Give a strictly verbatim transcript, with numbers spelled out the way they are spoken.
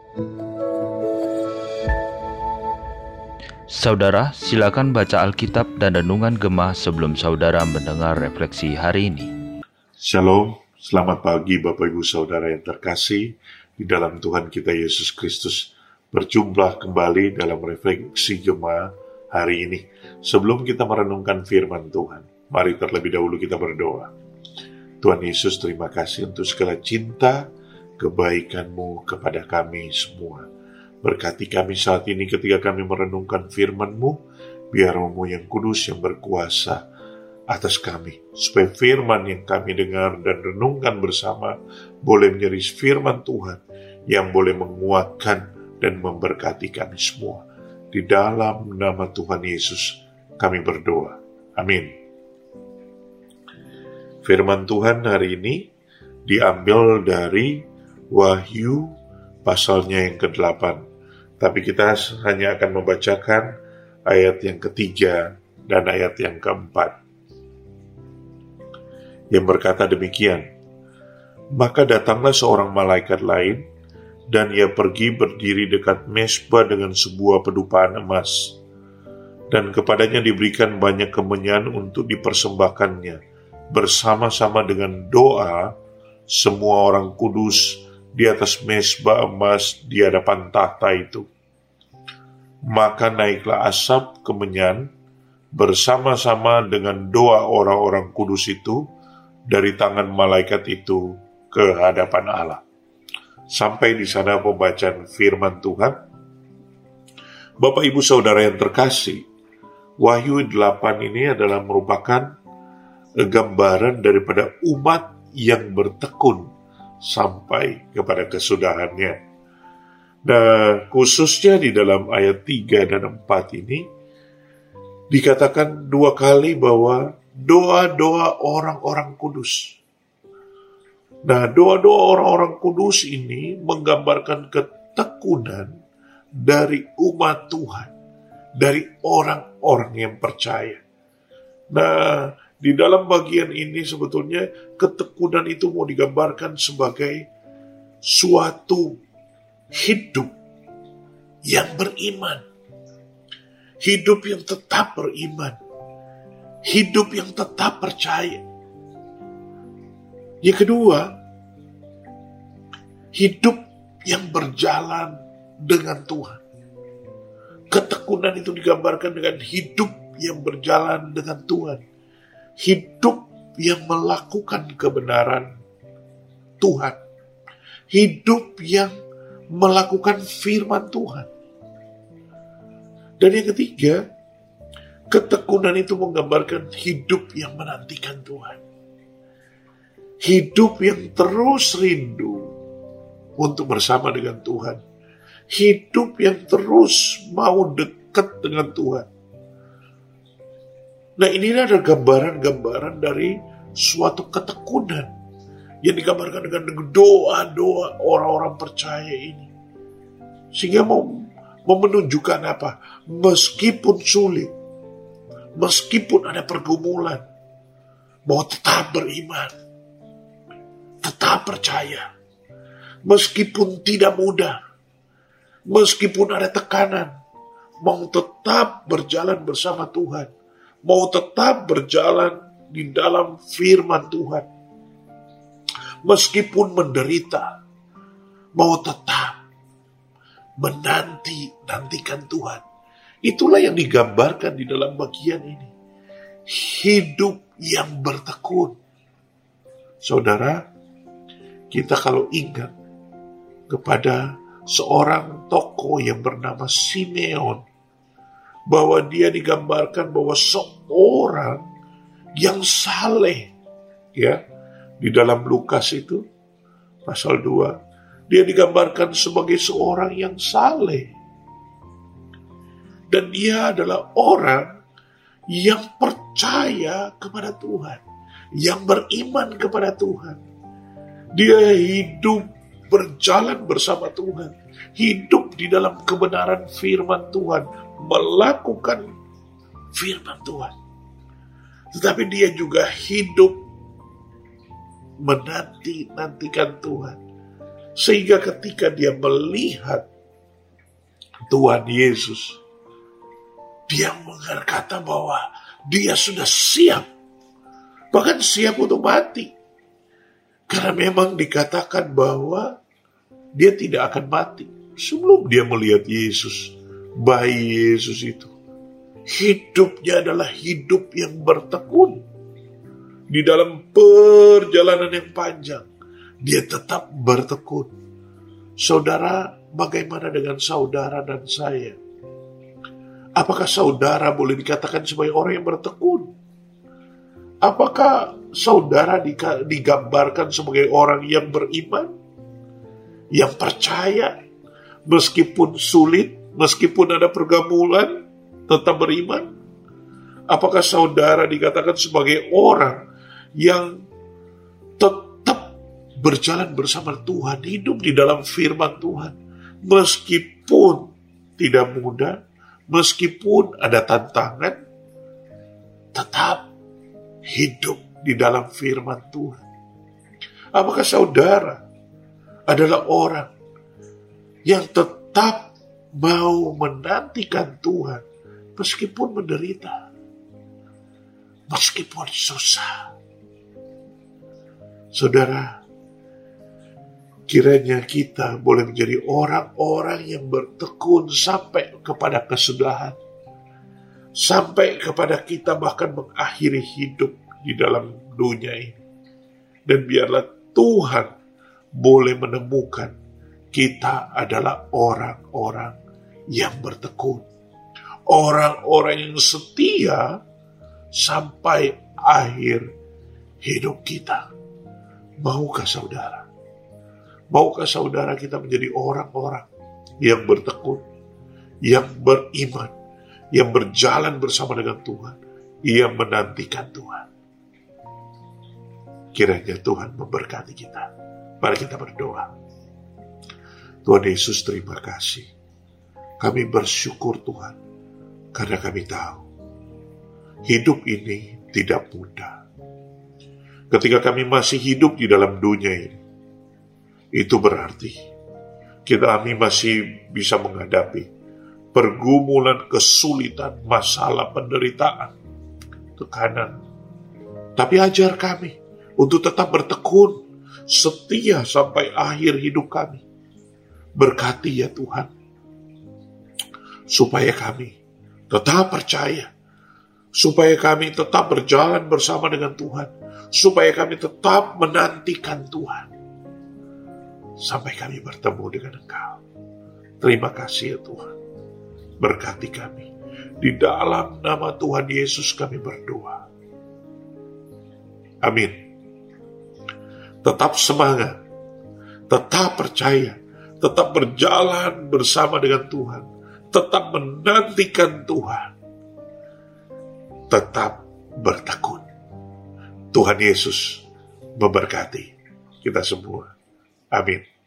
Saudara, silakan baca Alkitab dan Renungan Gemah sebelum saudara mendengar refleksi hari ini. Shalom, selamat pagi Bapak Ibu Saudara yang terkasih di dalam Tuhan kita Yesus Kristus. Berjumpa kembali dalam refleksi Gemah hari ini. Sebelum kita merenungkan firman Tuhan, mari terlebih dahulu kita berdoa. Tuhan Yesus, terima kasih untuk segala cinta, kebaikan-Mu kepada kami semua. Berkati kami saat ini ketika kami merenungkan firman-Mu, biar Roh-Mu yang kudus yang berkuasa atas kami, supaya firman yang kami dengar dan renungkan bersama boleh menjadi firman Tuhan yang boleh menguatkan dan memberkati kami semua. Di dalam nama Tuhan Yesus kami berdoa. Amin. Firman Tuhan hari ini diambil dari Wahyu pasalnya yang kedelapan. Tapi kita hanya akan membacakan ayat yang ketiga dan ayat yang keempat. Yang berkata demikian, maka datanglah seorang malaikat lain, dan ia pergi berdiri dekat mezbah dengan sebuah pedupaan emas. Dan kepadanya diberikan banyak kemenyan untuk dipersembahkannya, bersama-sama dengan doa semua orang kudus di atas mezbah emas di hadapan tahta itu. Maka naiklah asap kemenyan bersama-sama dengan doa orang-orang kudus itu dari tangan malaikat itu ke hadapan Allah. Sampai di sana pembacaan firman Tuhan. Bapak Ibu Saudara yang terkasih, Wahyu delapan ini adalah merupakan gambaran daripada umat yang bertekun sampai kepada kesudahannya. Nah, khususnya di dalam ayat tiga dan empat ini dikatakan dua kali bahwa doa-doa orang-orang kudus. Nah, doa-doa orang-orang kudus ini menggambarkan ketekunan dari umat Tuhan, dari orang-orang yang percaya. Nah, di dalam bagian ini sebetulnya ketekunan itu mau digambarkan sebagai suatu hidup yang beriman. Hidup yang tetap beriman. Hidup yang tetap percaya. Yang kedua, hidup yang berjalan dengan Tuhan. Ketekunan itu digambarkan dengan hidup yang berjalan dengan Tuhan. Hidup yang melakukan kebenaran Tuhan. Hidup yang melakukan firman Tuhan. Dan yang ketiga, ketekunan itu menggambarkan hidup yang menantikan Tuhan. Hidup yang terus rindu untuk bersama dengan Tuhan. Hidup yang terus mau dekat dengan Tuhan. Nah, ini adalah gambaran-gambaran dari suatu ketekunan yang digambarkan dengan doa-doa orang-orang percaya ini. Sehingga mau, mau menunjukkan apa? Meskipun sulit, meskipun ada pergumulan, mau tetap beriman, tetap percaya. Meskipun tidak mudah, meskipun ada tekanan, mau tetap berjalan bersama Tuhan. Mau tetap berjalan di dalam firman Tuhan. Meskipun menderita, mau tetap menanti-nantikan Tuhan. Itulah yang digambarkan di dalam bagian ini. Hidup yang bertekun. Saudara, kita kalau ingat kepada seorang tokoh yang bernama Simeon, bahwa dia digambarkan bahwa seorang yang saleh, ya, di dalam Lukas itu pasal dua, dia digambarkan sebagai seorang yang saleh, dan dia adalah orang yang percaya kepada Tuhan, yang beriman kepada Tuhan. Dia hidup berjalan bersama Tuhan, hidup di dalam kebenaran firman Tuhan, melakukan firman Tuhan. Tetapi dia juga hidup menanti-nantikan Tuhan. Sehingga ketika dia melihat Tuhan Yesus, dia berkata bahwa dia sudah siap, bahkan siap untuk mati. Karena memang dikatakan bahwa dia tidak akan mati sebelum dia melihat Yesus, bayi Yesus itu. Hidupnya adalah hidup yang bertekun. Di dalam perjalanan yang panjang, dia tetap bertekun. Saudara, bagaimana dengan saudara dan saya? Apakah saudara boleh dikatakan sebagai orang yang bertekun? Apakah saudara digambarkan sebagai orang yang beriman? Yang percaya, meskipun sulit, meskipun ada pergumulan, tetap beriman? Apakah saudara dikatakan sebagai orang yang tetap berjalan bersama Tuhan, hidup di dalam firman Tuhan, meskipun tidak mudah, meskipun ada tantangan, tetap hidup di dalam firman Tuhan? Apakah saudara adalah orang yang tetap mau menantikan Tuhan meskipun menderita, meskipun susah? Saudara, kiranya kita boleh menjadi orang-orang yang bertekun sampai kepada kesudahan, sampai kepada kita bahkan mengakhiri hidup di dalam dunia ini. Dan biarlah Tuhan boleh menemukan kita adalah orang-orang yang bertekun, orang-orang yang setia sampai akhir hidup kita. Maukah saudara? Maukah saudara kita menjadi orang-orang yang bertekun, yang beriman, yang berjalan bersama dengan Tuhan, yang menantikan Tuhan? Kiranya Tuhan memberkati kita. Mari kita berdoa. Tuhan Yesus, terima kasih. Kami bersyukur Tuhan, karena kami tahu hidup ini tidak mudah. Ketika kami masih hidup di dalam dunia ini, itu berarti kami masih bisa menghadapi pergumulan, kesulitan, masalah, penderitaan, tekanan. Tapi ajar kami untuk tetap bertekun, setia sampai akhir hidup kami. Berkati ya Tuhan, supaya kami tetap percaya, supaya kami tetap berjalan bersama dengan Tuhan, supaya kami tetap menantikan Tuhan, sampai kami bertemu dengan Engkau. Terima kasih ya Tuhan. Berkati kami. Di dalam nama Tuhan Yesus kami berdoa. Amin. Tetap semangat, tetap percaya, tetap berjalan bersama dengan Tuhan, tetap menantikan Tuhan, tetap bertekun. Tuhan Yesus memberkati kita semua. Amin.